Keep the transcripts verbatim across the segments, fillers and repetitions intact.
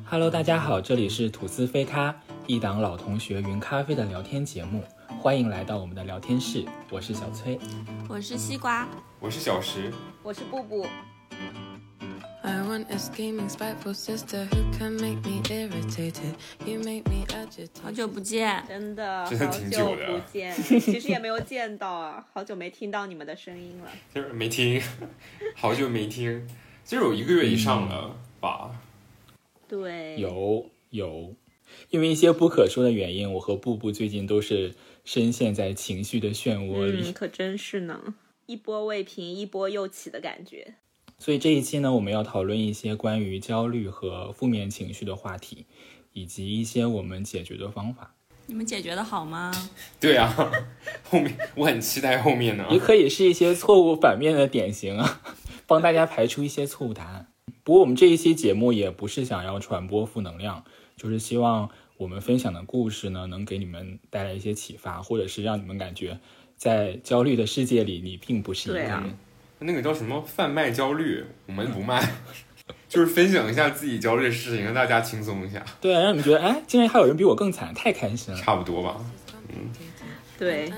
Hello， 大家好，这里是吐司飞咖，一档老同学云咖啡的聊天节目，欢迎来到我们的聊天室。我是小崔， 我是西瓜， 我是小石， 我是布布。 I want a scheming, spiteful sister who can make me irritated. You make me agitated. 好久不见， 真的真的挺久的好久不见，其实也没有见到啊，好久没听到你们的声音了。 就是没听，好久没听，就是有一个月以上了、嗯、吧？ 对， 有有，因为一些不可说的原因，我和布布最近都是深陷在情绪的漩涡里。 嗯，可真是呢，一波未平，一波又起的感觉。 所以这一期呢，我们要讨论一些关于焦虑和负面情绪的话题，以及一些我们解决的方法。 你们解决的好吗？ 对啊，后面我很期待后面呢。 也可以是一些错误反面的典型啊，帮大家排除一些错误答案。不过我们这一期节目也不是想要传播负能量，就是希望我们分享的故事呢，能给你们带来一些启发，或者是让你们感觉在焦虑的世界里，你并不是一个人。 对啊， 那个叫什么贩卖焦虑，我们不卖，就是分享一下自己焦虑的事情，让大家轻松一下。 对啊，让你们觉得哎，竟然还有人比我更惨，太开心了。 差不多吧，嗯， 对。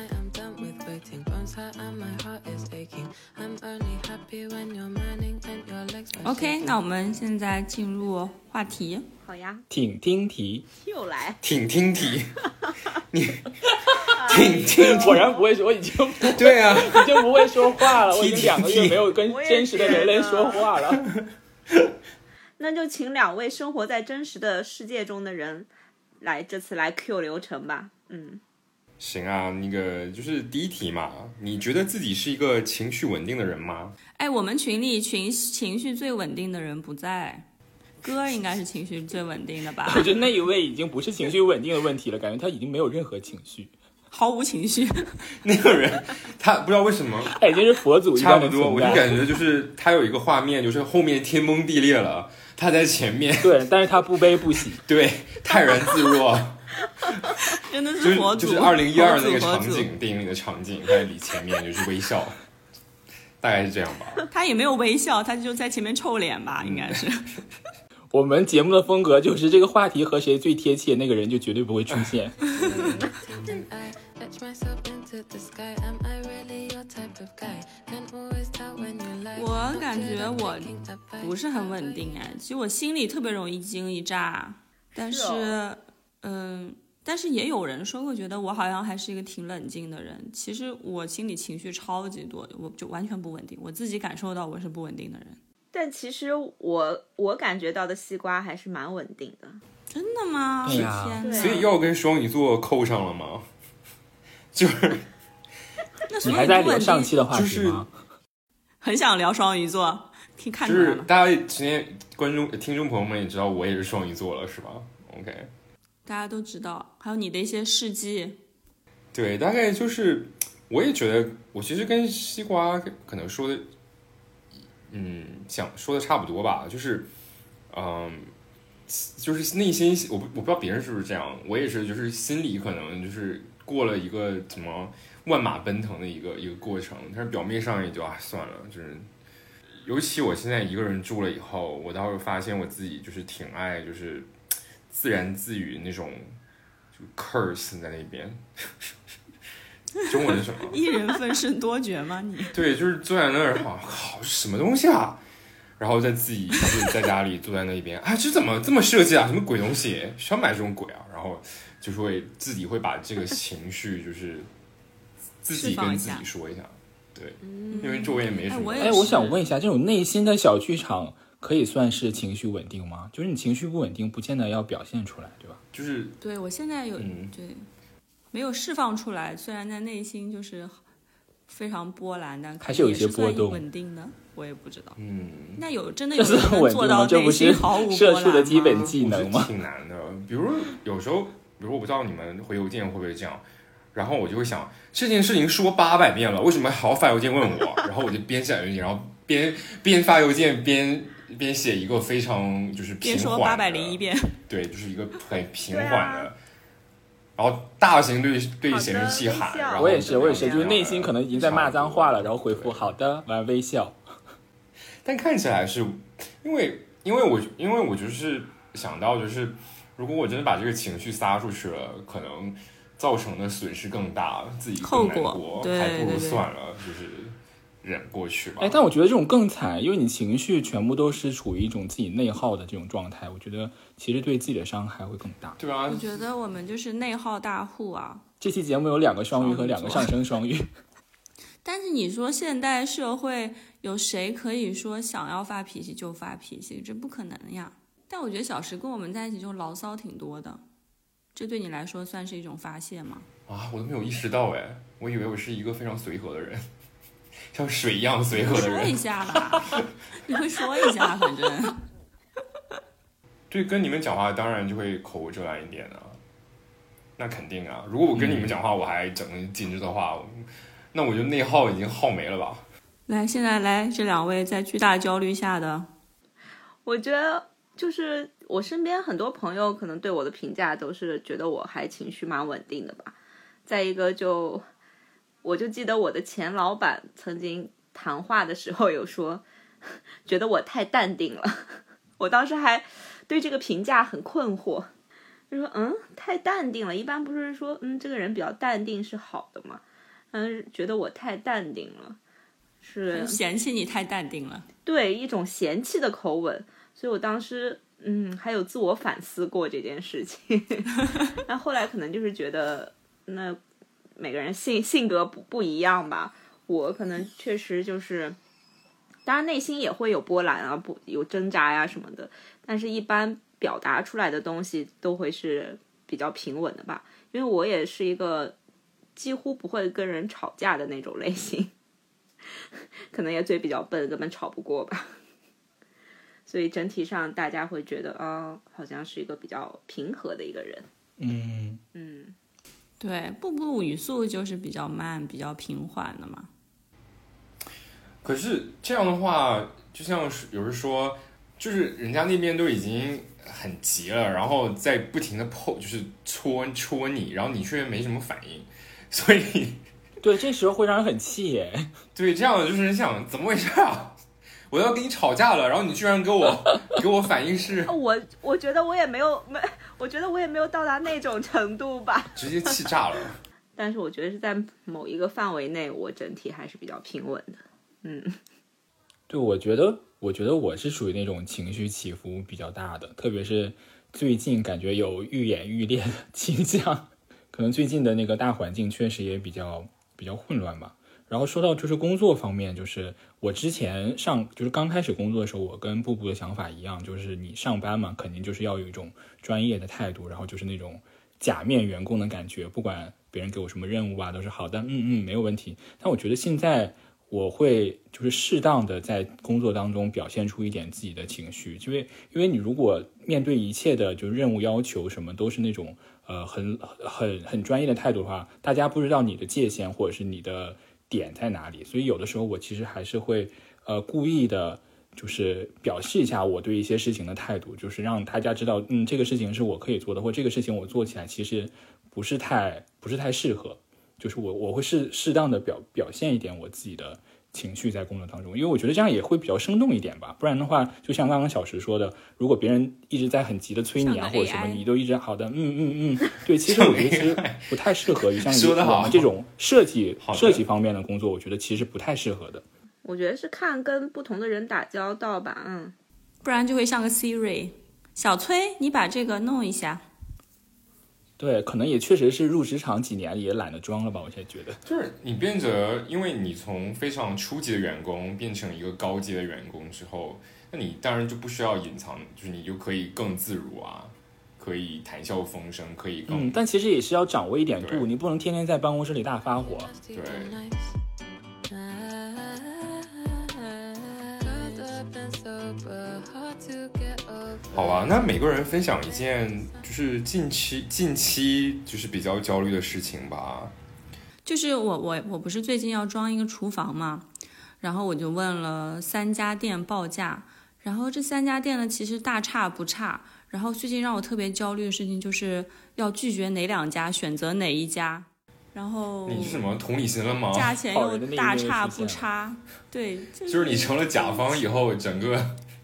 OK， 那我们现在进入话题。 好呀， 挺听题又来， 挺听题，你挺听题， 果然不会说，我已经对啊， 已经不会说话了，我已经两个月没有跟真实的人类说话了。 那就请两位生活在真实的世界中的人来这次来 Q 流程吧。嗯， 行啊，那个就是第一题嘛，你觉得自己是一个情绪稳定的人吗？ 哎，我们群里群情绪最稳定的人不在，哥应该是情绪最稳定的吧？ 我觉得那一位已经不是情绪稳定的问题了，感觉他已经没有任何情绪， 毫无情绪。 那个人他不知道为什么， 他已经是佛祖一差不多， 般的存在。 我就感觉就是他有一个画面，就是后面天崩地裂了，他在前面， 对，但是他不悲不喜， 对，泰然自若。 真的是佛祖， 就是二零一二那个场景，电影里的场景，在你前面就是微笑，大概是这样吧。 他也没有微笑，他就在前面臭脸吧，应该是。 我们节目的风格就是这个话题和谁最贴切，那个人就绝对不会出现。 我感觉我不是很稳定哎，其实我心里特别容易一惊一乍，但是，嗯、呃，但是也有人说过，觉得我好像还是一个挺冷静的人。其实我心里情绪超级多，我就完全不稳定，我自己感受到我是不稳定的人。 但其实我我感觉到的西瓜还是蛮稳定的。 真的吗？ 对啊， 天哪！ 所以要跟双鱼座扣上了吗？就是你还在聊上期的话题吗？ 就是、很想聊双鱼座，听看出来了。 就是大家今天观众听众朋友们也知道我也是双鱼座了，是吧 ？OK， 大家都知道，还有你的一些事迹。 对，大概就是我也觉得我其实跟西瓜可能说的。嗯，想说的差不多吧，就是，嗯，就是内心，我不我不知道别人是不是这样，我也是，就是心里可能就是过了一个什么万马奔腾的一个一个过程，但是表面上也就啊算了，就是，尤其我现在一个人住了以后，我倒是发现我自己就是挺爱就是自言自语那种，就 curse 在那边。中文是什么？ 一人分饰多角吗？你对，就是坐在那儿，好好什么东西啊？然后在自己就是在家里坐在那边，啊，这怎么这么设计啊？什么鬼东西？谁要买这种鬼啊？然后就是会自己会把这个情绪就是自己跟自己说一下，对，嗯、因为周围也没什么。 哎，我想问一下，这种内心的小剧场可以算是情绪稳定吗？就是你情绪不稳定，不见得要表现出来，对吧？ 就是对我现在有、嗯、对。没有释放出来，虽然在内心就是非常波澜，但还是有一些波动。 稳定的，我也不知道。 嗯， 那有真的有人能做到内心毫无波澜吗？ 社畜的基本技能吗？ 挺难的。比如有时候，比如我不知道你们回邮件会不会这样，然后我就会想这件事情说八百遍了，为什么还要发邮件问我？然后我就边写邮件，然后边边发邮件边边写一个非常就是平缓的， 边说八百零一遍， 对，就是一个很平缓的。然后大型对对显示器喊，然后我也是，我也是，就是内心可能已经在骂脏话了，然后回复好的，完微笑。 但看起来是因为因为我因为我就是想到就是如果我真的把这个情绪撒出去了，可能造成的损失更大，自己更难过， 对还不如对对算了，就是忍过去吧。 哎，但我觉得这种更惨，因为你情绪全部都是处于一种自己内耗的这种状态，我觉得其实对自己的伤害会更大。 对啊， 我觉得我们就是内耗大户啊。 这期节目有两个双鱼和两个上升双鱼。 但是你说现代社会有谁可以说想要发脾气就发脾气？这不可能呀。但我觉得小石跟我们在一起就牢骚挺多的，这对你来说算是一种发泄吗？ 啊，我都没有意识到哎，我以为我是一个非常随和的人，像水一样随和的人。 说一下吧，你会说一下，反正。 对，跟你们讲话当然就会口无遮拦一点啊，那肯定啊。如果我跟你们讲话，我还整紧致的话，那我就内耗已经耗没了吧。 来，现在来这两位在巨大焦虑下的， 我觉得就是我身边很多朋友可能对我的评价都是觉得我还情绪蛮稳定的吧。再一个就，我就记得我的前老板曾经谈话的时候有说，觉得我太淡定了。我当时还对这个评价很困惑，就说嗯，太淡定了。一般不是说嗯这个人比较淡定是好的吗？嗯，觉得我太淡定了，是嫌弃你太淡定了， 对一种嫌弃的口吻。所以我当时嗯还有自我反思过这件事情。那后来可能就是觉得那每个人性性格不不一样吧，我可能确实就是当然内心也会有波澜啊，不有挣扎呀、啊、什么的，但是一般表达出来的东西都会是比较平稳的吧。因为我也是一个几乎不会跟人吵架的那种类型，可能也嘴比较笨，根本吵不过吧。所以整体上大家会觉得啊、哦，好像是一个比较平和的一个人。 嗯嗯， 对，步步语速就是比较慢、比较平缓的嘛。 可是这样的话，就像是有人说，就是人家那边都已经很急了，然后在不停的碰，就是戳戳你，然后你却没什么反应，所以对，这时候会让人很气耶。 对，这样就是想怎么回事啊？我要跟你吵架了，然后你居然给我给我反应是， 我我觉得我也没有没，我觉得我也没有到达那种程度吧， 直接气炸了。 但是我觉得是在某一个范围内，我整体还是比较平稳的。嗯， 对，我觉得，我觉得我是属于那种情绪起伏比较大的，特别是最近感觉有愈演愈烈的倾向，可能最近的那个大环境确实也比较比较混乱吧。然后说到就是工作方面，就是我之前上就是刚开始工作的时候，我跟布布的想法一样，就是你上班嘛，肯定就是要有一种专业的态度，然后就是那种假面员工的感觉，不管别人给我什么任务啊，都是好的，嗯嗯，没有问题。但我觉得现在我会就是适当的在工作当中表现出一点自己的情绪，因为因为你如果面对一切的就是任务要求什么都是那种呃很很很专业的态度的话，大家不知道你的界限或者是你的点在哪里，所以有的时候我其实还是会呃故意的就是表示一下我对一些事情的态度，就是让大家知道嗯这个事情是我可以做的，或这个事情我做起来其实不是太不是太适合，就是我我会适适当的表表现一点我自己的情绪在工作当中，因为我觉得这样也会比较生动一点吧。不然的话，就像刚刚小石说的，如果别人一直在很急的催你啊，或者什么，你都一直好的，嗯嗯嗯，对，其实我觉得其实不太适合于像我们这种设计设计方面的工作，我觉得其实不太适合的。 我觉得是看跟不同的人打交道吧，嗯， 不然就会像个 Siri， 小崔，你把这个弄一下。 对，可能也确实是入职场几年也懒得装了吧，我现在觉得。 就是你变得，因为你从非常初级的员工变成一个高级的员工之后，那你当然就不需要隐藏，就是你就可以更自如啊，可以谈笑风生，可以更…… 嗯，但其实也是要掌握一点度，你不能天天在办公室里大发火。 对。好啊，那每个人分享一件就是近期近期就是比较焦虑的事情吧。 就是我我我不是最近要装一个厨房嘛，然后我就问了三家店报价，然后这三家店呢其实大差不差，然后最近让我特别焦虑的事情就是要拒绝哪两家，选择哪一家。然后你是什么同理心了吗？ 价钱又大差不差，对， 就是、就是你成了甲方以后，整个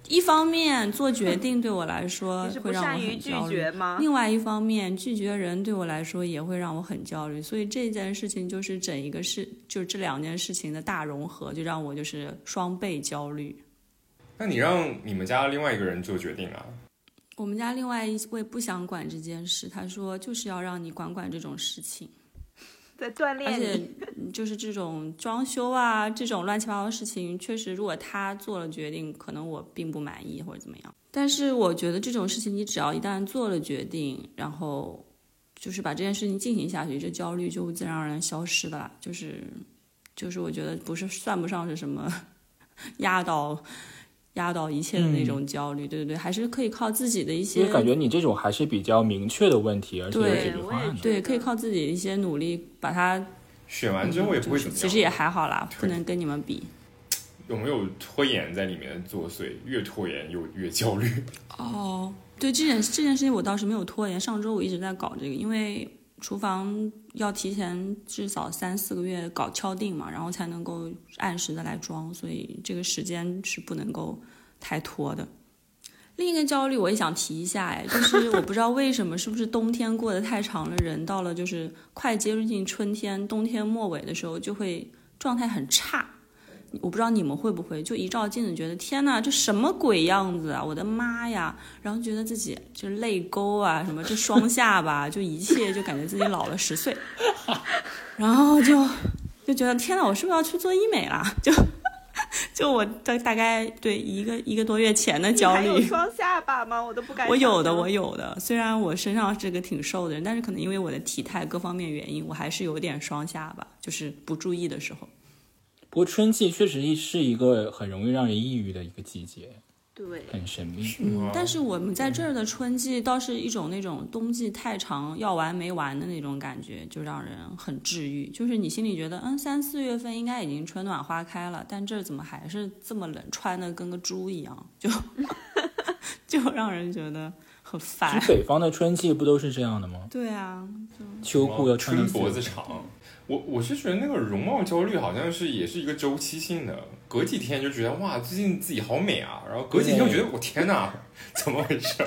一方面做决定对我来说你是不会让我善于拒很焦虑绝吗？ 另外一方面拒绝人对我来说也会让我很焦虑，所以这件事情就是整一个事，就是这两件事情的大融合，就让我就是双倍焦虑。 那你让你们家另外一个人做决定啊？ 我们家另外一位不想管这件事，他说就是要让你管管这种事情， 在锻而炼且你。 就是这种装修啊，这种乱七八糟的事情，确实如果他做了决定，可能我并不满意或者怎么样。但是我觉得这种事情，你只要一旦做了决定，然后就是把这件事情进行下去，这焦虑就自然而然消失的啦。就是就是我觉得不是算不上是什么压倒压倒一切的那种焦虑，嗯、对对对，还是可以靠自己的一些。 因为感觉你这种还是比较明确的问题，而且有解决方案的。 对，可以靠自己的一些努力把它选完之后也不会怎么样、嗯就是、 其实也还好啦，不能跟你们比。 有没有拖延在里面作祟？越拖延又越焦虑。 哦，对，这件这件事情我倒是没有拖延。上周我一直在搞这个，因为厨房要提前至少三四个月搞敲定嘛，然后才能够按时的来装，所以这个时间是不能够太拖的。另一个焦虑我也想提一下，哎，就是我不知道为什么，是不是冬天过得太长了，人到了就是快接近春天、冬天末尾的时候，就会状态很差。我不知道你们会不会，就一照镜子觉得天哪，这什么鬼样子啊！我的妈呀！然后觉得自己就泪沟啊，什么这双下巴，就一切就感觉自己老了十岁，然后就就觉得天哪，我是不是要去做医美啦？就就我大大概对一个一个多月前的焦虑。 你还有双下巴吗？我都不敢想象。 我有的，我有的。虽然我身上是个挺瘦的人，但是可能因为我的体态各方面原因，我还是有点双下巴，就是不注意的时候。 不过春季确实是一个很容易让人抑郁的一个季节， 对， 很神秘。 嗯，但是我们在这儿的春季倒是一种那种冬季太长要完没完的那种感觉，就让人很治愈。就是你心里觉得，嗯，三四月份应该已经春暖花开了，但这儿怎么还是这么冷，穿的跟个猪一样，就就让人觉得很烦。 北方的春季不都是这样的吗？ 对啊，就秋裤要穿春脖子长。我我是觉得那个容貌焦虑好像是也是一个周期性的，隔几天就觉得哇最近自己好美啊，然后隔几天就觉得我天哪怎么回事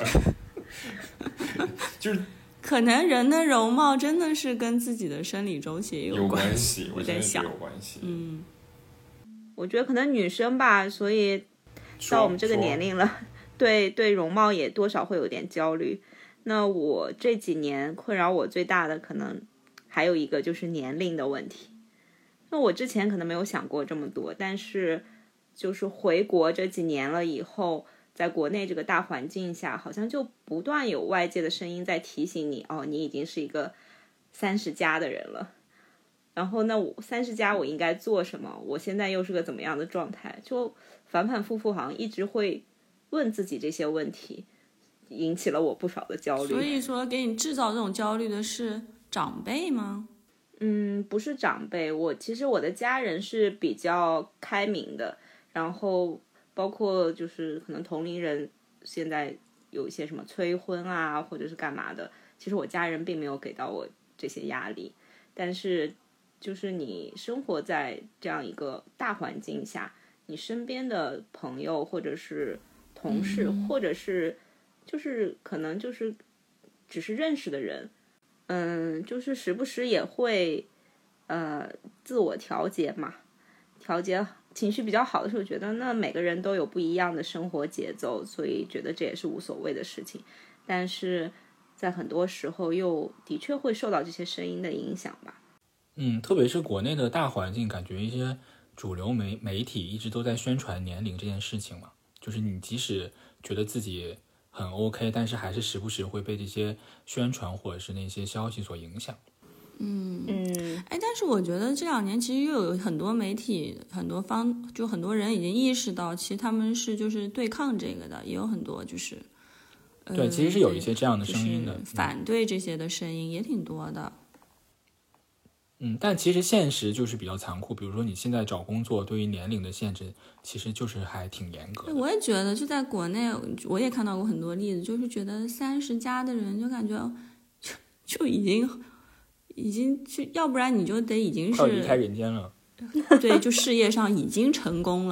就是可能人的容貌真的是跟自己的生理周期也有关系， 我在想有关系。 嗯， 我觉得可能女生吧，所以到我们这个年龄了，对对容貌也多少会有点焦虑。那我这几年困扰我最大的可能还有一个就是年龄的问题。那我之前可能没有想过这么多，但是就是回国这几年了以后，在国内这个大环境下，好像就不断有外界的声音在提醒你，哦，你已经是一个三十加的人了。然后那我三十加我应该做什么？我现在又是个怎么样的状态？就反反复复，好像一直会问自己这些问题，引起了我不少的焦虑。 所以说，给你制造这种焦虑的是长辈吗？ 嗯，不是长辈，我其实我的家人是比较开明的，然后包括就是可能同龄人现在有一些什么催婚啊，或者是干嘛的，其实我家人并没有给到我这些压力，但是就是你生活在这样一个大环境下，你身边的朋友或者是同事， 嗯、 或者是就是可能就是只是认识的人，嗯，就是时不时也会呃自我调节嘛，调节情绪比较好的时候，觉得那每个人都有不一样的生活节奏，所以觉得这也是无所谓的事情。但是在很多时候又的确会受到这些声音的影响吧。 嗯，特别是国内的大环境，感觉一些主流媒媒体一直都在宣传年龄这件事情嘛，就是你即使觉得自己很 OK， 但是还是时不时会被这些宣传或者是那些消息所影响。 嗯嗯， 哎，但是我觉得这两年其实又有很多媒体、很多方，就很多人已经意识到，其实他们是就是对抗这个的，也有很多就是，呃、 对，其实是有一些这样的声音的， 就是、反对这些的声音也挺多的。 嗯，但其实现实就是比较残酷，比如说你现在找工作对于年龄的限制其实就是还挺严格的。 我也觉得就在国内我也看到过很多例子，就是觉得三十加的人就感觉就就已经已经就要不然你就得已经是快离开人间了。 对，就事业上已经成功了，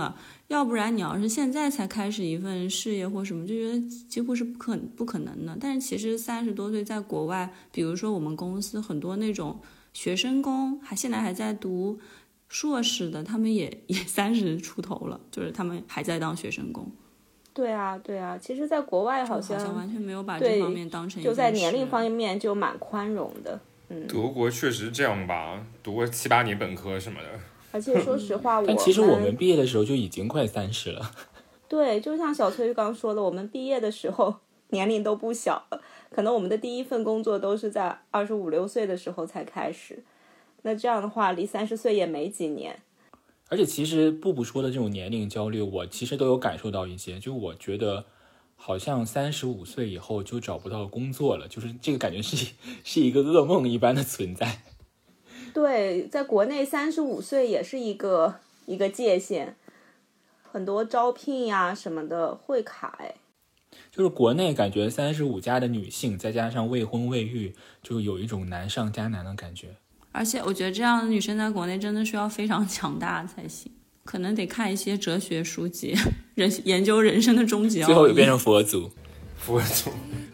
要不然你要是现在才开始一份事业或什么，就觉得几乎是不可不可能的。但是其实三十多岁在国外，比如说我们公司很多那种学生工，还现在还在读硕士的，他们也也三十出头了，就是他们还在当学生工。 对啊，对啊，其实在国外好像好像完全没有把这方面当成一件事， 就在年龄方面就蛮宽容的。嗯， 德国确实这样吧，读个七八年本科什么的。 而且说实话，我但其实我们毕业的时候就已经快三十了。 对，就像小崔刚说的，我们毕业的时候年龄都不小了，可能我们的第一份工作都是在二十五六岁的时候才开始。那这样的话，离三十岁也没几年。 而且其实布布说的这种年龄焦虑，我其实都有感受到一些。就我觉得，好像三十五岁以后就找不到工作了，就是这个感觉是是一个噩梦一般的存在。 对，在国内三十五岁也是一个一个界限，很多招聘呀什么的会卡哎。 就是国内感觉三十五加的女性，再加上未婚未育，就有一种难上加难的感觉。 而且我觉得这样的女生在国内真的需要非常强大才行，可能得看一些哲学书籍，人研究人生的终极奥义。 最后也变成佛祖。 佛祖。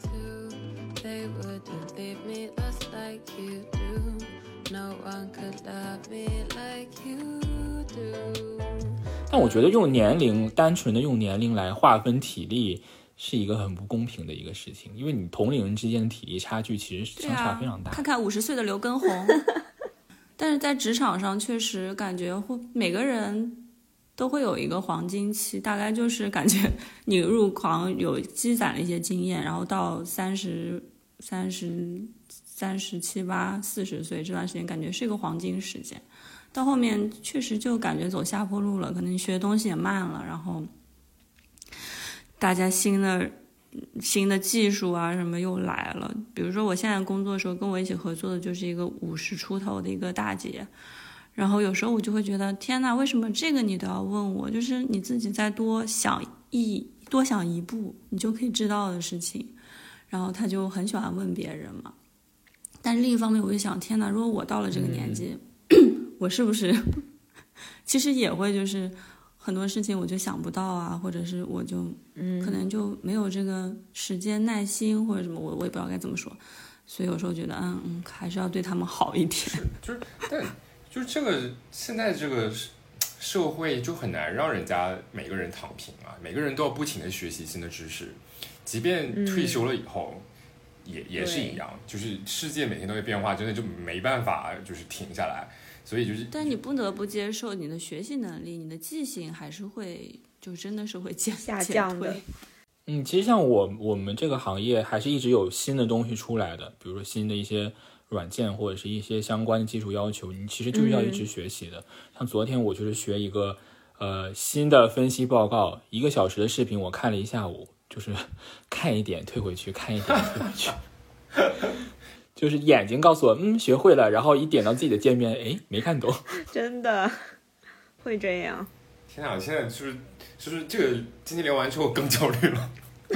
但我觉得用年龄，单纯的用年龄来划分体力，是一个很不公平的一个事情，因为你同龄人之间的体力差距其实相差非常大。 啊、看看五十岁的刘畊宏，但是在职场上确实感觉会每个人都会有一个黄金期，大概就是感觉你入行有积攒了一些经验，然后到三十、三十、三十七八、四十岁这段时间，感觉是一个黄金时间。到后面确实就感觉走下坡路了，可能你学的东西也慢了，然后大家新的新的技术啊什么又来了。比如说我现在工作的时候，跟我一起合作的就是一个五十出头的一个大姐，然后有时候我就会觉得天哪，为什么这个你都要问我？就是你自己再多想一多想一步你就可以知道的事情。然后她就很喜欢问别人嘛，但是另一方面我就想，天哪，如果我到了这个年纪、嗯、我是不是其实也会就是很多事情我就想不到啊，或者是我就可能就没有这个时间耐心或者什么，我我也不知道该怎么说。所以有时候觉得嗯嗯，还是要对他们好一点。 是就是但就是这个现在这个社会就很难让人家每个人躺平啊，每个人都要不停的学习新的知识，即便退休了以后、嗯、也也是一样，就是世界每天都在变化，真的就没办法就是停下来。所以就是， 但你不得不接受你的学习能力，你的记性还是会就真的是会减下降的。 嗯，其实像我我们这个行业还是一直有新的东西出来的，比如说新的一些软件或者是一些相关的技术要求，你其实就是要一直学习的、嗯、像昨天我就是学一个呃新的分析报告，一个小时的视频我看了一下午，就是看一点退回去，看一点退回去就是眼睛告诉我嗯学会了，然后一点到自己的界面，哎没看懂。 真的会这样。 天哪，现在就是就是这个今天聊完之后更焦虑了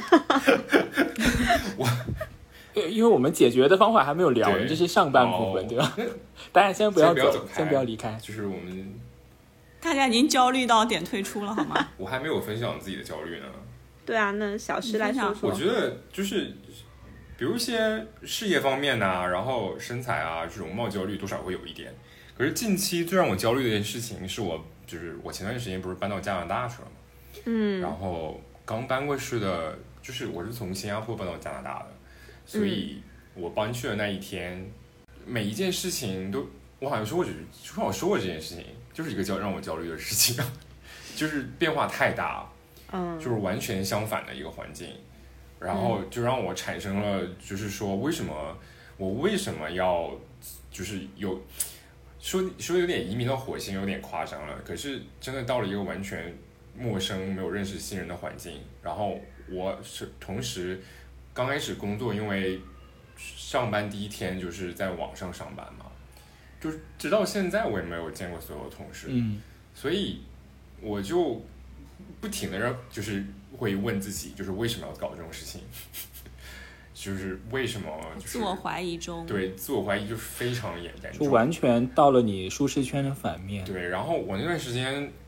我因为我们解决的方法还没有聊，这是上半部分、哦、对吧？大家先不要走， 先不要走开， 先不要离开。 就是我们大家已经焦虑到点退出了好吗？ 我还没有分享自己的焦虑呢。 对啊，那小石来说说。 我觉得就是比如一些事业方面啊，然后身材啊，这种容貌焦虑多少会有一点。可是近期最让我焦虑的一件事情是我就是我前段时间不是搬到加拿大去了吗？嗯，然后刚搬过去的，就是我是从新加坡搬到加拿大的，所以我搬去的那一天，每一件事情都我好像说过，说我说过这件事情，就是一个焦让我焦虑的事情，就是变化太大，嗯，就是完全相反的一个环境。然后就让我产生了就是说为什么我为什么要就是有说说有点移民到火星有点夸张了，可是真的到了一个完全陌生没有认识新人的环境，然后我是同时刚开始工作，因为上班第一天就是在网上上班嘛，就是直到现在我也没有见过所有同事，嗯，所以我就不停的让就是会问自己，就是为什么要搞这种事情，就是为什么、就是、 自我怀疑中， 对，自我怀疑就是非常严重， 就完全到了你舒适圈的反面。 对，然后我那段时间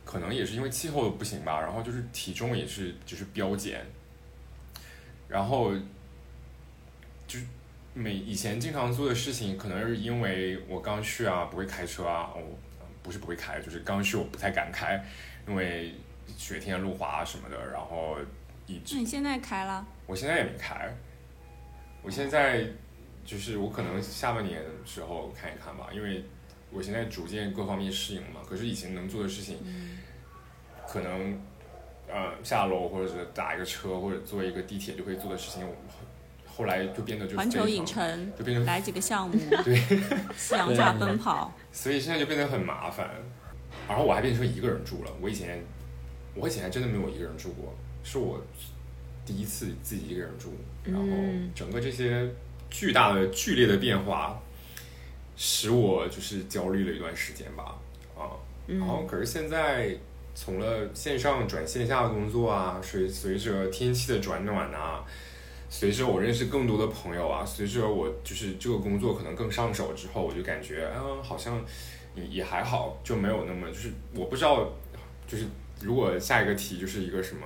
可能也是因为气候不行吧，然后就是体重也是就是飙减，然后就每以前经常做的事情，可能是因为我刚去啊，不会开车啊，我、哦、不是不会开，就是刚去我不太敢开，因为雪天路滑什么的，然后一直。 那你现在开了？ 我现在也没开，我现在就是我可能下半年的时候看一看吧，因为我现在逐渐各方面适应了嘛。可是以前能做的事情， 嗯、 可能呃下楼或者是打一个车或者坐一个地铁就可以做的事情，我后来就变得就环球影城就变成来几个项目， 对， 夕阳下奔跑， 所以现在就变得很麻烦。然后我还变成一个人住了，我以前我以前还真的没有一个人住过，是我第一次自己一个人住，然后整个这些巨大的剧烈的变化使我就是焦虑了一段时间吧，啊，然后可是现在从了线上转线下的工作啊，随随着天气的转暖啊，随着我认识更多的朋友啊，随着我就是这个工作可能更上手之后，我就感觉嗯好像也也还好，就没有那么就是我不知道，就是如果下一个题就是一个什么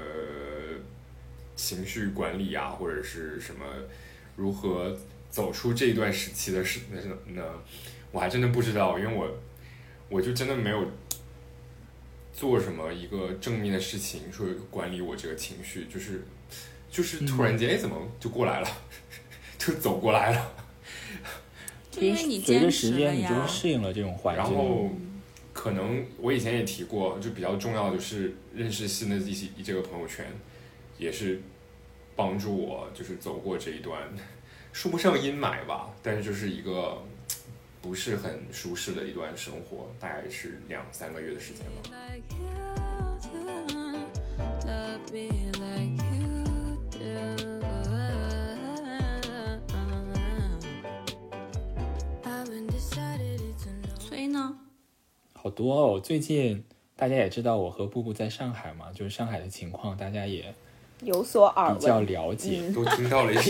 情绪管理啊，或者是什么如何走出这一段时期的事，那那我还真的不知道，因为我我就真的没有做什么一个正面的事情，说管理我这个情绪，就是就是突然间哎、嗯、怎么就过来了，就走过来了。 就因为你随着时坚持了间，你就呀。 适应了这种环境。 然后可能我以前也提过，就比较重要的就是认识新的一些这个朋友圈，也是帮助我就是走过这一段，说不上阴霾吧，但是就是一个不是很舒适的一段生活，大概是两三个月的时间吧。 所以呢？ 好多哦，最近大家也知道我和布布在上海嘛，就是上海的情况大家也有所耳闻， 比较了解， 嗯、都听到了一些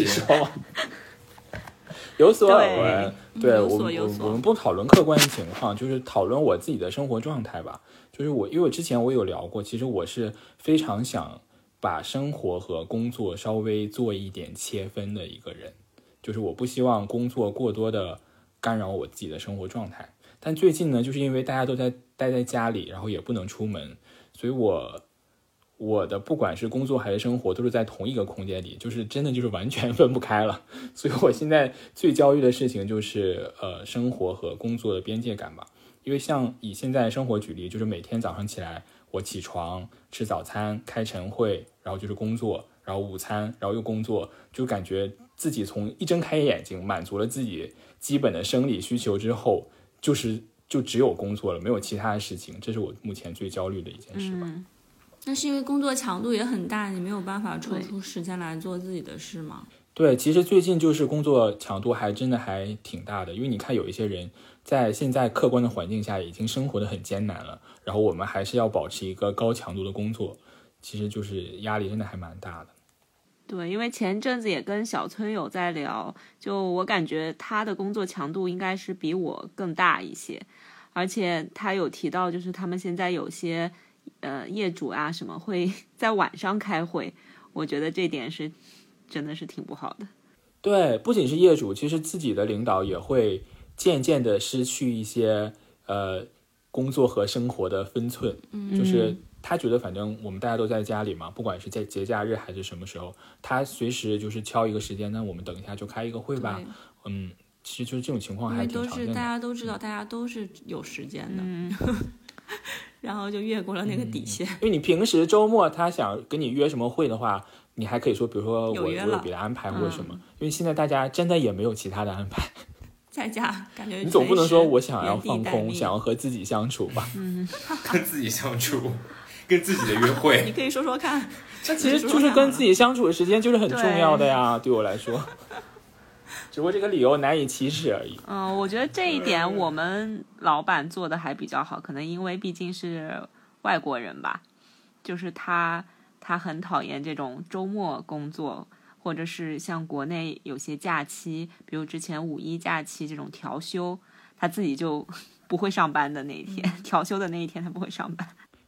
有所耳闻。对， 对， 我们我们不讨论客观的情况，就是讨论我自己的生活状态吧。就是我，因为我之前我有聊过，其实我是非常想把生活和工作稍微做一点切分的一个人，就是我不希望工作过多的干扰我自己的生活状态。但最近呢，就是因为大家都在待在家里，然后也不能出门，所以我我的不管是工作还是生活都是在同一个空间里，就是真的就是完全分不开了。所以我现在最焦虑的事情就是呃生活和工作的边界感吧。因为像以现在生活举例，就是每天早上起来我起床吃早餐开晨会，然后就是工作，然后午餐，然后又工作，就感觉自己从一睁开眼睛满足了自己基本的生理需求之后，就是就只有工作了，没有其他的事情，这是我目前最焦虑的一件事吧。 嗯，那是因为工作强度也很大，你没有办法抽出时间来做自己的事吗？ 对，其实最近就是工作强度还真的还挺大的，因为你看有一些人在现在客观的环境下已经生活得很艰难了，然后我们还是要保持一个高强度的工作，其实就是压力真的还蛮大的。 对，因为前阵子也跟小村有在聊，就我感觉他的工作强度应该是比我更大一些，而且他有提到就是他们现在有些呃业主啊什么会在晚上开会，我觉得这点是真的是挺不好的。 对，不仅是业主，其实自己的领导也会渐渐的失去一些呃工作和生活的分寸，嗯，就是他觉得反正我们大家都在家里嘛，不管是在节假日还是什么时候，他随时就是敲一个时间，那我们等一下就开一个会吧。嗯，其实就是这种情况还挺常见的。 因为都是大家都知道，大家都是有时间的，嗯、然后就越过了那个底线。 嗯、因为你平时周末他想跟你约什么会的话，你还可以说，比如说我我有别的安排或者什么、嗯。因为现在大家真的也没有其他的安排。 在家感觉你总不能说我想要放空，想要和自己相处吧？ 嗯， 跟自己相处，跟自己的约会， 你可以说说看。 那其实就是跟自己相处的时间就是很重要的呀， 对, 对我来说，只不过这个理由难以启齿而已。 嗯，我觉得这一点我们老板做的还比较好，可能因为毕竟是外国人吧，就是他他很讨厌这种周末工作。或者是像国内有些假期，比如之前五一假期这种调休，他自己就不会上班的那一天，嗯、调休的那一天他不会上班。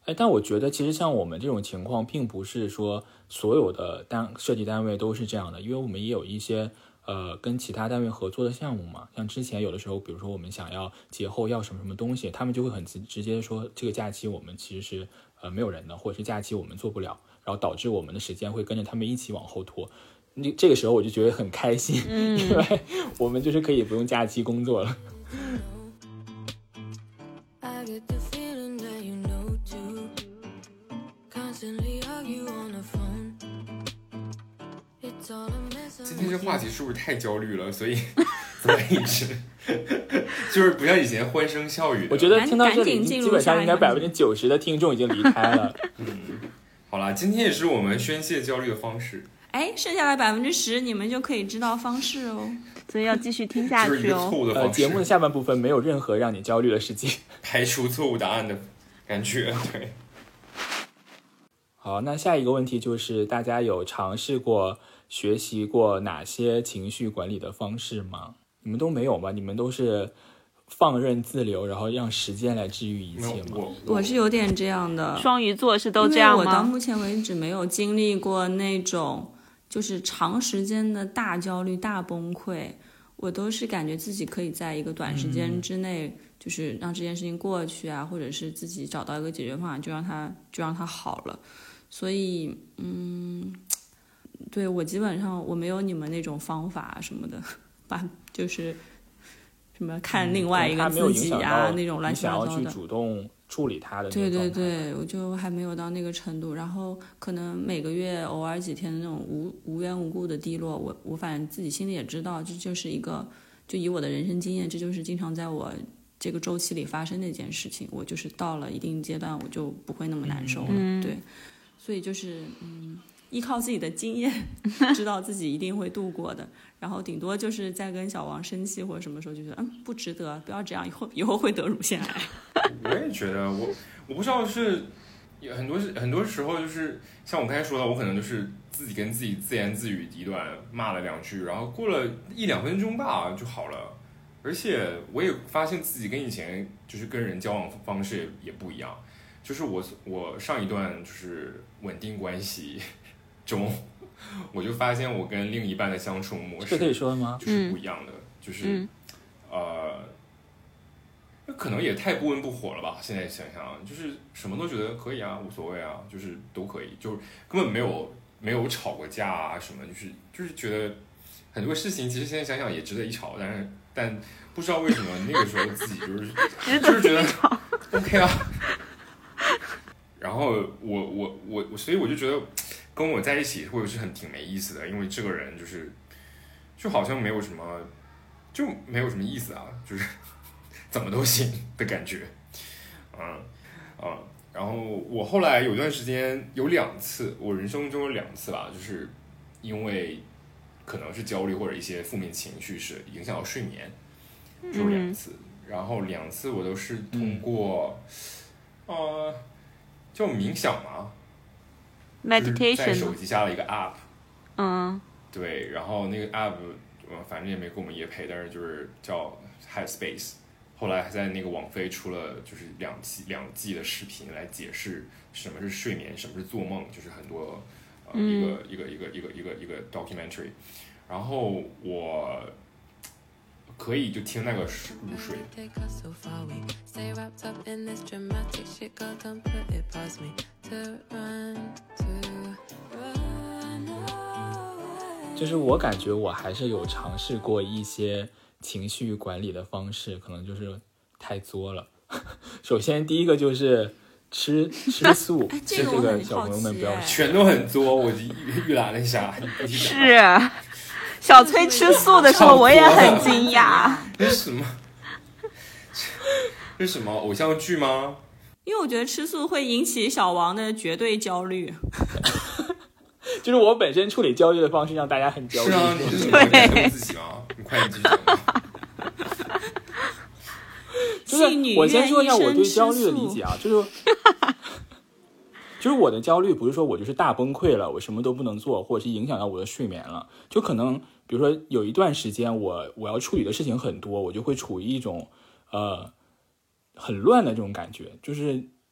哎，但我觉得其实像我们这种情况，并不是说所有的单设计单位都是这样的，因为我们也有一些呃跟其他单位合作的项目嘛。像之前有的时候，比如说我们想要节后要什么什么东西，他们就会很直直接说这个假期我们其实是呃没有人的，或者是假期我们做不了，然后导致我们的时间会跟着他们一起往后拖。你这个时候我就觉得很开心，嗯、因为我们就是可以不用假期工作了。 今天这话题是不是太焦虑了？所以怎么一直就是不像以前欢声笑语的。 我觉得听到这里，基本上应该百分之九十的听众已经离开了。 嗯，好啦，今天也是我们宣泄焦虑的方式。 哎，剩下的百分之十，你们就可以知道方式哦。 所以要继续听下去哦。 就是一个错误的方式。 呃，节目的下半部分没有任何让你焦虑的事情， 排除错误答案的感觉。对。 好，那下一个问题就是，大家有尝试过学习过哪些情绪管理的方式吗？你们都没有吗？你们都是放任自流，然后让时间来治愈一切吗？ 我我是有点这样的。 双鱼座是都这样吗？ 因为我到目前为止没有经历过那种就是长时间的大焦虑、大崩溃，我都是感觉自己可以在一个短时间之内，嗯、就是让这件事情过去啊，或者是自己找到一个解决方案，就让它就让它好了。所以，嗯，对，我基本上我没有你们那种方法什么的，把就是什么看另外一个自己啊、嗯、那种乱七八糟的。 你想要去主动处理它的那种对对对，我就还没有到那个程度。然后可能每个月偶尔几天的那种无无缘无故的低落，我我反正自己心里也知道，这就是一个，就以我的人生经验，这就是经常在我这个周期里发生的一件事情。我就是到了一定阶段，我就不会那么难受了。 嗯、 对。所以就是嗯，依靠自己的经验，知道自己一定会度过的。然后顶多就是在跟小王生气或者什么时候，就觉得嗯不值得，不要这样，以后以后会得乳腺癌。 我也觉得，我我不知道是很多很多时候就是像我刚才说的，我可能就是自己跟自己自言自语一段，骂了两句，然后过了一两分钟吧就好了。而且我也发现自己跟以前就是跟人交往方式也也不一样。就是我我上一段就是稳定关系中，我就发现我跟另一半的相处模式， 这可以说吗？ 就是不一样的，嗯、就是、嗯、呃，可能也太不温不火了吧。现在想想，就是什么都觉得可以啊，无所谓啊，就是都可以，就是根本没有没有吵过架啊什么，就是就是觉得很多事情其实现在想想也值得一吵，但是但不知道为什么那个时候自己就是就是觉得 OK 啊。然后我我我我，所以我就觉得跟我在一起或者是很挺没意思的，因为这个人就是就好像没有什么就没有什么意思啊，就是怎么都行的感觉，嗯嗯。然后我后来有段时间有两次，我人生中有两次吧，就是因为可能是焦虑或者一些负面情绪是影响到睡眠，只有两次。嗯、然后两次我都是通过。嗯呃，叫冥想嘛 ，meditation， 在手机下了一个 app， 嗯， 对，然后那个 app， 反正也没给我们业配，但是就是叫 Headspace， 后来还在那个网飞出了就是两季两季的视频来解释什么是睡眠，什么是做梦，就是很多呃、嗯、一个一个一个一个一个一个 documentary， 然后我。可以就听那个入睡。 就是我感觉我还是有尝试过一些情绪管理的方式，可能就是太作了。首先第一个就是吃吃素， 哎、 这个小朋友们不要全都很作，我预览了一下。 是。小崔吃素的时候，我也很惊讶。 这是什么？这是什么偶像剧吗？ 因为我觉得吃素会引起小王的绝对焦虑。 就是我本身处理焦虑的方式让大家很焦虑。 是啊，你是怎么改变自己啊？你快点继续讲。 就是我先说一下我对焦虑的理解啊，就是。就是我的焦虑不是说我就是大崩溃了，我什么都不能做，或者是影响到我的睡眠了，就可能比如说有一段时间我我要处理的事情很多，我就会处于一种呃很乱的这种感觉，就是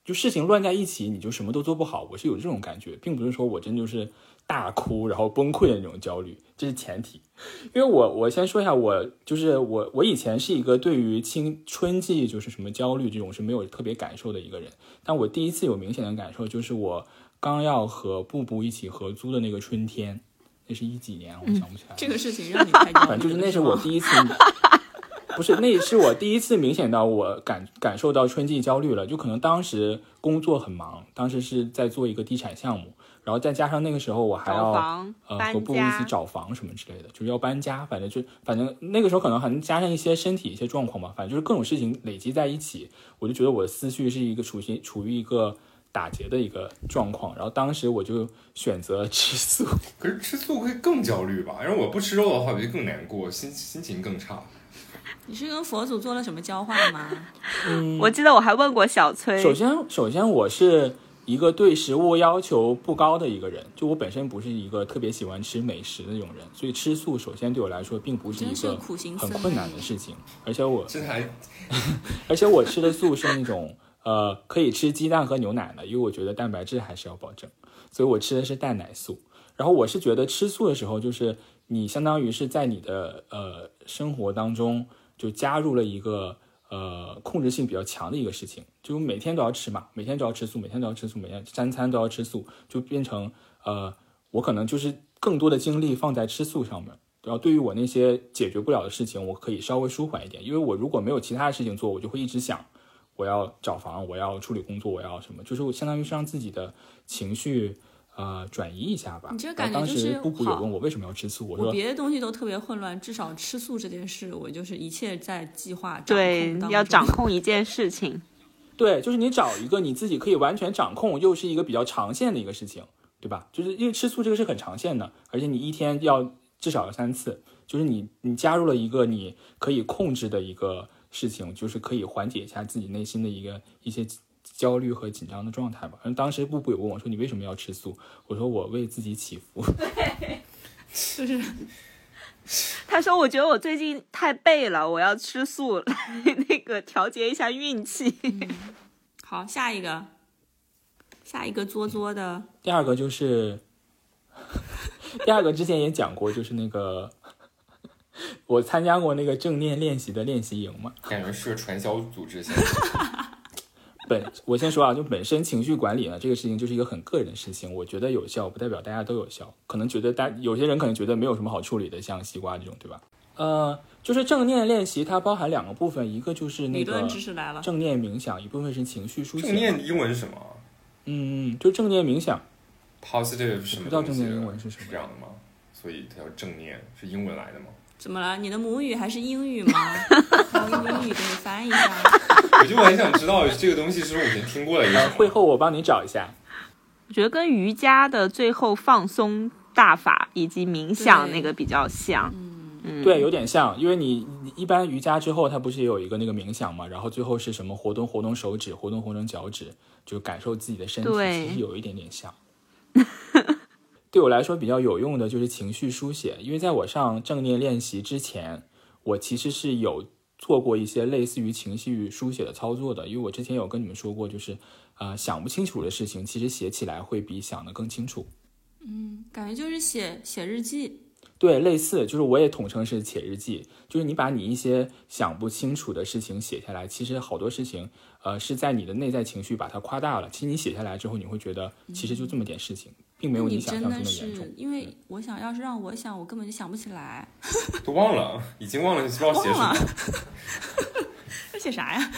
就事情乱在一起，你就什么都做不好。我是有这种感觉，并不是说我真就是大哭然后崩溃的那种焦虑，这是前提。因为我我先说一下，我就是我我以前是一个对于青春季就是什么焦虑这种是没有特别感受的一个人，但我第一次有明显的感受就是我刚要和布布一起合租的那个春天，那是一几年我想不起来、嗯、 这个事情让你太焦虑， 反正就是那是我第一次不是，那是我第一次明显到我感感受到春季焦虑了。就可能当时工作很忙，当时是在做一个地产项目，然后再加上那个时候我还要呃和布布一起找房什么之类的，就是要搬家，反正就反正那个时候可能还能加上一些身体一些状况吧，反正就是各种事情累积在一起，我就觉得我的思绪是一个处于处于一个打结的一个状况，然后当时我就选择吃素。 可是吃素会更焦虑吧？然后我不吃肉的话，我就更难过，心心情更差。 你是跟佛祖做了什么交换吗？ 嗯，我记得我还问过小崔。 首先，首先我是一个对食物要求不高的一个人，就我本身不是一个特别喜欢吃美食的那种人，所以吃素首先对我来说并不是一个很困难的事情。而且我，而且我吃的素是那种呃可以吃鸡蛋和牛奶的，因为我觉得蛋白质还是要保证，所以我吃的是蛋奶素。然后我是觉得吃素的时候，就是你相当于是在你的呃生活当中就加入了一个呃控制性比较强的一个事情，就每天都要吃嘛，每天都要吃素，每天都要吃素，每天三餐都要吃素，就变成呃我可能就是更多的精力放在吃素上面。然后对于我那些解决不了的事情，我可以稍微舒缓一点，因为我如果没有其他的事情做，我就会一直想我要找房，我要处理工作，我要什么，就是我相当于是让自己的情绪呃，转移一下吧。 你这感觉就是， 当时布布有问我为什么要吃素，我说我别的东西都特别混乱，至少吃素这件事，我就是一切在计划掌控对， 当中。 要掌控一件事情。 对，就是你找一个你自己可以完全掌控，又是一个比较长线的一个事情，对吧？就是因为吃素这个是很长线的，而且你一天要至少要三次，就是你你加入了一个你可以控制的一个事情，就是可以缓解一下自己内心的一个一些焦虑和紧张的状态吧。当时布布有问我说你为什么要吃素，我说我为自己祈福。 对，就是他说我觉得我最近太背了，我要吃素来那个调节一下运气、 嗯、好，下一个下一个作作的第二个就是第二个之前也讲过，就是那个我参加过那个正念练习的练习营嘛， 感觉是个传销组织。 本我先说啊，就本身情绪管理呢，这个事情就是一个很个人的事情，我觉得有效不代表大家都有效，可能觉得大有些人可能觉得没有什么好处理的，像西瓜这种，对吧？呃，就是正念练习它包含两个部分，一个就是那个正念冥想，一部分是情绪书写。 正念英文是什么？ 嗯嗯，就正念冥想。 Positive 什么东西？ 不知道正念英文是什么？ 是这样的吗？所以它叫正念，是英文来的吗？ 怎么了？你的母语还是英语吗？我用英语给你翻译一下。 我就很想知道这个东西是不是我以前听过的一个。 会后我帮你找一下。 我觉得跟瑜伽的最后放松大法以及冥想那个比较像。 嗯，对，有点像，因为你一般瑜伽之后，它不是也有一个那个冥想嘛？然后最后是什么活动活动手指，活动活动脚趾，就感受自己的身体，其实有一点点像。对我来说比较有用的就是情绪书写，因为在我上正念练习之前，我其实是有做过一些类似于情绪书写的操作的，因为我之前有跟你们说过，就是呃想不清楚的事情，其实写起来会比想得更清楚。 嗯，感觉就是写写日记。 对，类似，就是我也统称是写日记，就是你把你一些想不清楚的事情写下来，其实好多事情呃是在你的内在情绪把它夸大了，其实你写下来之后，你会觉得其实就这么点事情，嗯，并没有你想象中的严重。 因为我想要是让我想，我根本就想不起来， 都忘了，已经忘了，不知道写什么。 要写啥呀？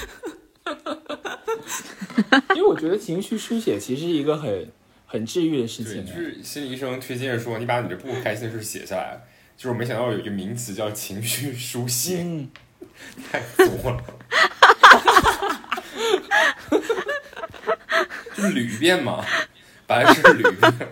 因为我觉得情绪书写其实是一个很很治愈的事情。 对，就是心理医生推荐说，你把你的不开心的事写下来。就是我没想到有一个名词叫情绪书写，嗯，太多了。就是捋一遍嘛，本来是捋一遍。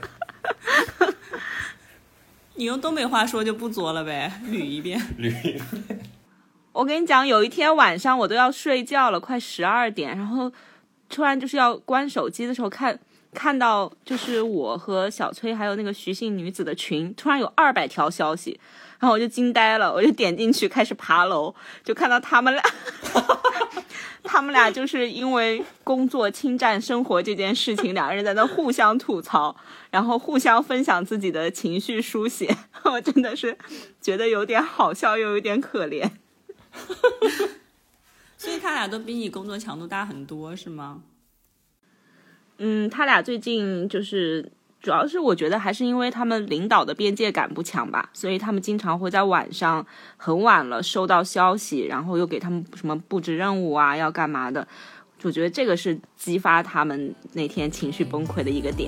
你用东北话说就不作了呗，捋一遍， 捋一遍。 我跟你讲，有一天晚上我都要睡觉了，快十二点，然后突然就是要关手机的时候看。看到就是我和小崔还有那个徐姓女子的群，突然有二百条消息，然后我就惊呆了，我就点进去开始爬楼，就看到他们俩他们俩就是因为工作侵占生活这件事情，两个人在那互相吐槽，然后互相分享自己的情绪书写，我真的是觉得有点好笑又有点可怜。 所以他俩都比你工作强度大很多是吗？ 嗯，他俩最近就是主要是我觉得还是因为他们领导的边界感不强吧，所以他们经常会在晚上很晚了收到消息，然后又给他们什么布置任务啊，要干嘛的。我觉得这个是激发他们那天情绪崩溃的一个点。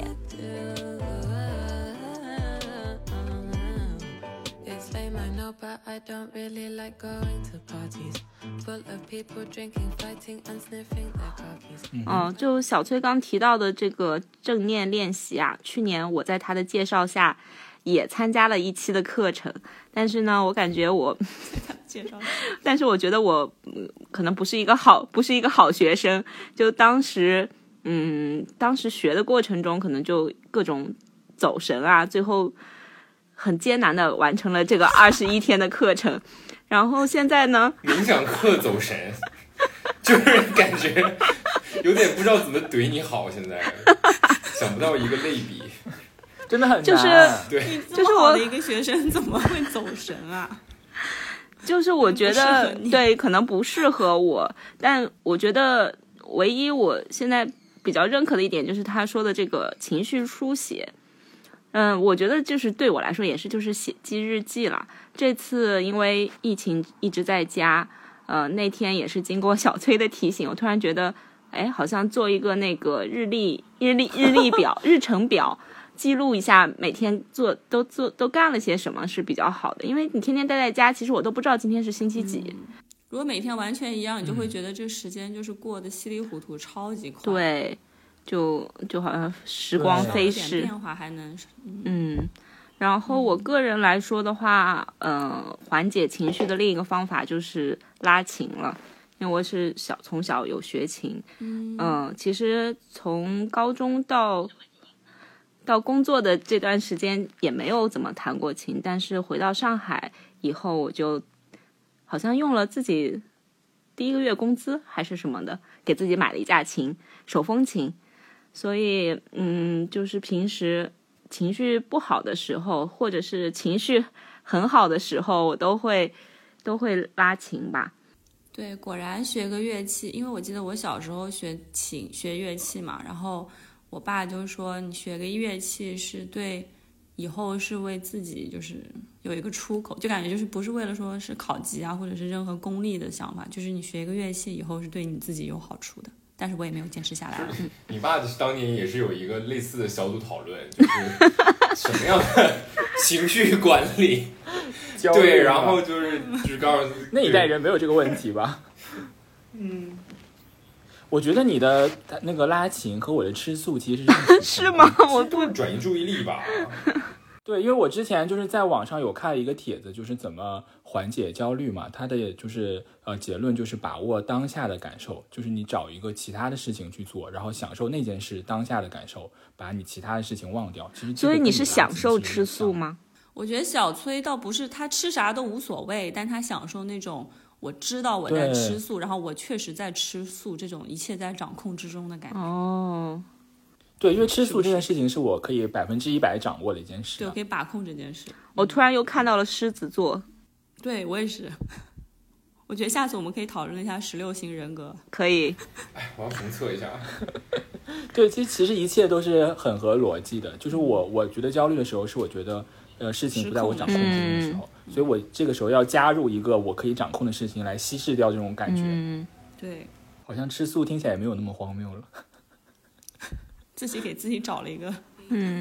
But I don't really like going to parties full of people drinking, fighting and sniffing their car keys. 嗯，就小崔刚提到的这个正念练习啊，去年我在他的介绍下也参加了一期的课程，但是呢，我感觉我介绍， 但是我觉得我、嗯、可能不是一个好，不是一个好学生。就当时，嗯，当时学的过程中，可能就各种走神啊，最后很艰难的完成了这个二十一天的课程。然后现在呢， 冥想课走神，就是感觉有点不知道怎么怼你好，现在想不到一个类比。 真的很难， 就是对， 就是我的一个学生怎么会走神啊？ 就是我觉得对，可能不适合我，但我觉得唯一我现在比较认可的一点就是他说的这个情绪书写。嗯，我觉得就是对我来说也是就是写记日记了。这次因为疫情一直在家，呃，那天也是经过小崔的提醒，我突然觉得，哎，好像做一个那个日历、日历、日历表、日程表。记录一下每天做都做都干了些什么是比较好的，因为你天天待在家，其实我都不知道今天是星期几。 嗯、如果每天完全一样，你就会觉得这时间就是过得稀里糊涂，超级快。 对，就就好像时光飞逝， 变化还能嗯。嗯，然后我个人来说的话，嗯、呃，缓解情绪的另一个方法就是拉琴了。因为我是小从小有学琴，嗯、呃，其实从高中到。到工作的这段时间也没有怎么弹过琴，但是回到上海以后，我就好像用了自己第一个月工资还是什么的，给自己买了一架琴，手风琴。所以，嗯，就是平时情绪不好的时候，或者是情绪很好的时候，我都会都会拉琴吧。 对，果然学个乐器，因为我记得我小时候学琴学乐器嘛，然后。我爸就说你学个乐器是对以后是为自己就是有一个出口，就感觉就是不是为了说是考级啊或者是任何功利的想法，就是你学一个乐器以后是对你自己有好处的，但是我也没有坚持下来了。 你爸当年也是有一个类似的小组讨论，就是什么样的情绪管理对，然后就是就是告诉那一代人没有这个问题吧。 嗯， 我觉得你的那个拉琴和我的吃素其实是是吗？我不转移注意力吧。 对，因为我之前就是在网上有看一个帖子，就是怎么缓解焦虑嘛。它的就是呃结论就是把握当下的感受，就是你找一个其他的事情去做，然后享受那件事当下的感受，把你其他的事情忘掉。其实所以你是享受吃素吗？ 我觉得小崔倒不是，他吃啥都无所谓，但他享受那种。我知道我在吃素，然后我确实在吃素，这种一切在掌控之中的感觉。 哦， 对，因为吃素这件事情是我可以百分之一百掌握的一件事、啊。 对，我可以把控这件事。 我突然又看到了狮子座， 对我也是。我觉得下次我们可以讨论一下十六型人格。 可以。 哎，我要重测一下。 对，其实其实一切都是很合逻辑的。就是我我觉得焦虑的时候，是我觉得。呃，事情不在我掌控之中的时候、嗯，所以我这个时候要加入一个我可以掌控的事情来稀释掉这种感觉。 嗯，对， 好像吃素听起来也没有那么荒谬了。 自己给自己找了一个， 嗯。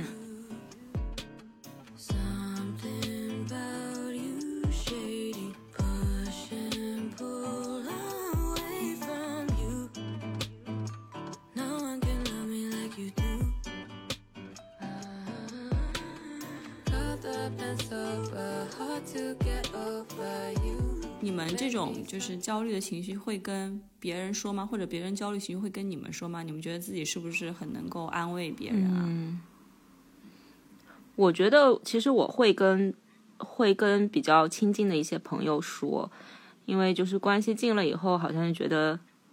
你们这种就是焦虑的情绪会跟别人说吗？或者别人焦虑情绪会跟你们说吗？你们觉得自己是不是很能够安慰别人啊？ 嗯，我觉得其实我会跟会跟比较亲近的一些朋友说，因为就是关系近了以后，好像觉得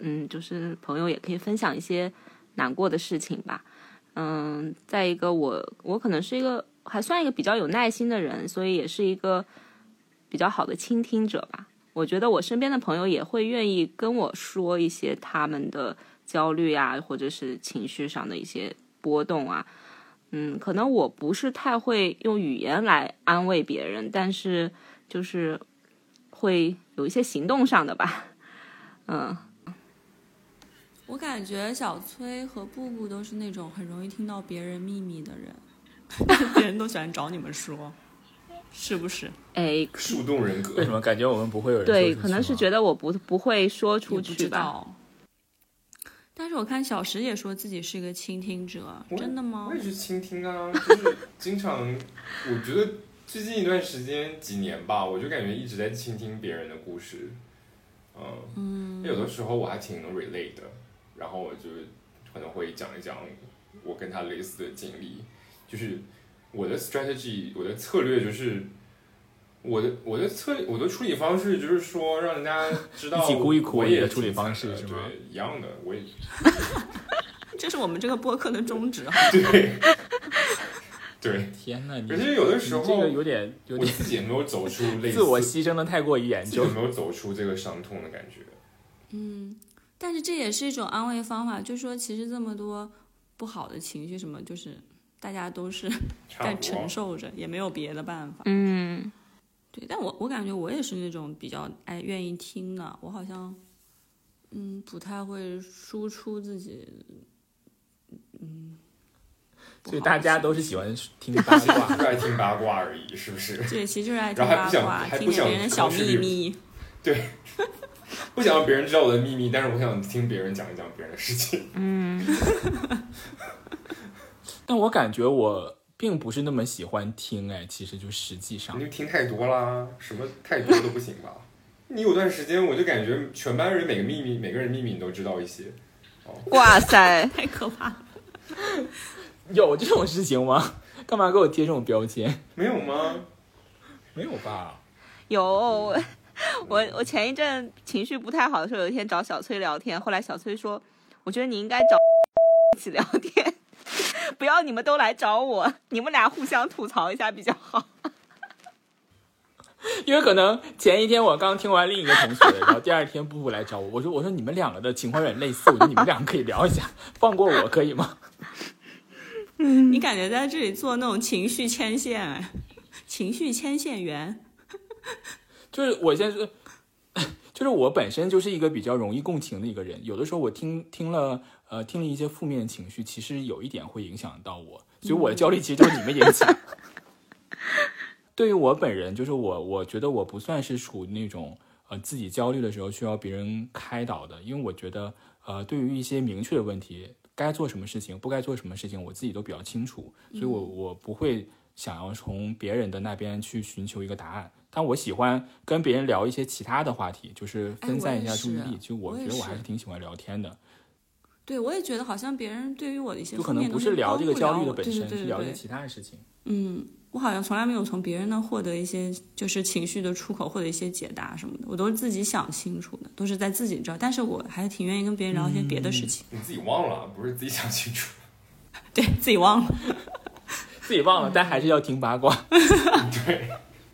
嗯，就是朋友也可以分享一些难过的事情吧。嗯，再一个我我可能是一个还算一个比较有耐心的人，所以也是一个比较好的倾听者吧。我觉得我身边的朋友也会愿意跟我说一些他们的焦虑啊，或者是情绪上的一些波动啊。嗯，可能我不是太会用语言来安慰别人，但是就是会有一些行动上的吧。嗯， 我感觉小崔和布布都是那种很容易听到别人秘密的人，别人都喜欢找你们说，是不是？ 哎， 树洞人格。 为什么感觉我们不会有人说对，可能是觉得我不不会说出不去吧。 知道。但是我看小石也说自己是一个倾听者，真的吗？ 我也是倾听啊，就是经常，我觉得最近一段时间几年吧，我就感觉一直在倾听别人的故事。嗯，嗯有的时候我还挺能 relate 的，然后我就可能会讲一讲我跟他类似的经历。就是我的 strategy， 我的策略就是我的我的策我的处理方式就是说让人家知道一起哭一哭我也的处理方式是吗？ 对，一样的，我也。 这是我们这个播客的宗旨。 对。对， 天哪！ 可是有的时候这个有点有点， 我自己也没有走出类似， 自我牺牲的太过于严重， 有没有走出这个伤痛的感觉？ 嗯，但是这也是一种安慰方法，就是说其实这么多不好的情绪什么，就是大家都是在承受着，也没有别的办法。 嗯， 对，但我我感觉我也是那种比较爱愿意听的，我好像嗯不太会输出自己，嗯。 所以大家都是喜欢听八卦， 就是爱听八卦而已，是不是？ 对，其实就是爱听八卦，听别人的小秘密。 对，不想让别人知道我的秘密，但是我想听别人讲一讲别人的事情。 嗯。 但我感觉我并不是那么喜欢听，哎，其实就实际上你就听太多啦，什么太多都不行吧？你有段时间我就感觉全班人每个秘密，每个人秘密你都知道一些。哦、 哇塞， 太可怕了！ 有这种事情吗？干嘛给我贴这种标签？ 没有吗？ 没有吧？ 有，我我前一阵情绪不太好的时候，有一天找小崔聊天，后来小崔说，我觉得你应该找一起聊天，不要你们都来找我，你们俩互相吐槽一下比较好。 因为可能前一天我刚听完另一个同学，然后第二天布布来找我，我说我说你们两个的情况有点类似，我觉得你们两个可以聊一下，放过我可以吗？ 你感觉在这里做那种情绪牵线，情绪牵线员， 就是我现在是，就是我本身就是一个比较容易共情的一个人，有的时候我听听了呃听了一些负面的情绪，其实有一点会影响到我，所以我的焦虑其实就是你们引起的。对于我本人，就是我我觉得我不算是处于那种呃自己焦虑的时候需要别人开导的，因为我觉得呃对于一些明确的问题。该做什么事情，不该做什么事情，我自己都比较清楚，所以我我不会想要从别人的那边去寻求一个答案。但我喜欢跟别人聊一些其他的话题，就是分散一下注意力。就我觉得我还是挺喜欢聊天的。 对，我也觉得好像别人对于我的一些就可能不是聊这个焦虑的本身， 对对对对对是聊一些其他的事情。 嗯，我好像从来没有从别人那获得一些就是情绪的出口或者一些解答什么的，我都是自己想清楚的，都是在自己知道。但是我还是挺愿意跟别人聊一些别的事情。 嗯、你自己忘了，不是自己想清楚。 对自己忘了， 自己忘了，但还是要听八卦。 对。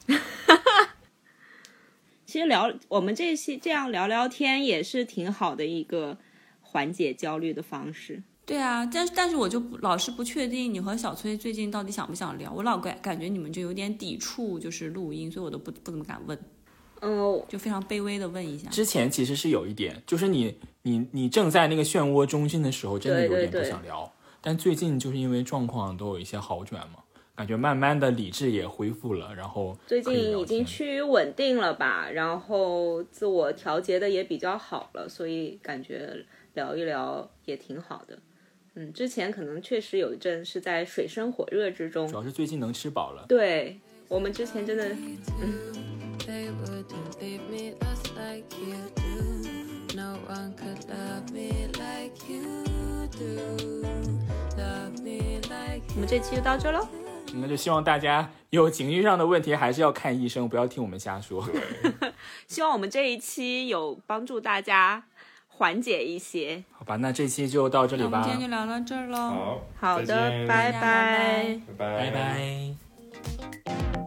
其实聊我们这期这样聊聊天也是挺好的一个缓解焦虑的方式。 对啊，但是但是我就老是不确定你和小崔最近到底想不想聊，我老感感觉你们就有点抵触，就是录音，所以我都不不怎么敢问。 嗯， 就非常卑微的问一下。 之前其实是有一点，就是你你你正在那个漩涡中心的时候，真的有点不想聊。对对对，但最近就是因为状况都有一些好转嘛，感觉慢慢的理智也恢复了，然后最近已经趋于稳定了吧，然后自我调节的也比较好了，所以感觉聊一聊也挺好的。嗯，之前可能确实有一阵是在水深火热之中， 主要是最近能吃饱了。 对，我们之前真的，嗯。我们这期就到这喽。 那就希望大家有情绪上的问题还是要看医生，不要听我们瞎说。 希望我们这一期有帮助大家缓解一些。 好吧，那这期就到这里吧。 那我们今天就聊到这儿喽。 好， 好的， 再见拜拜拜拜拜。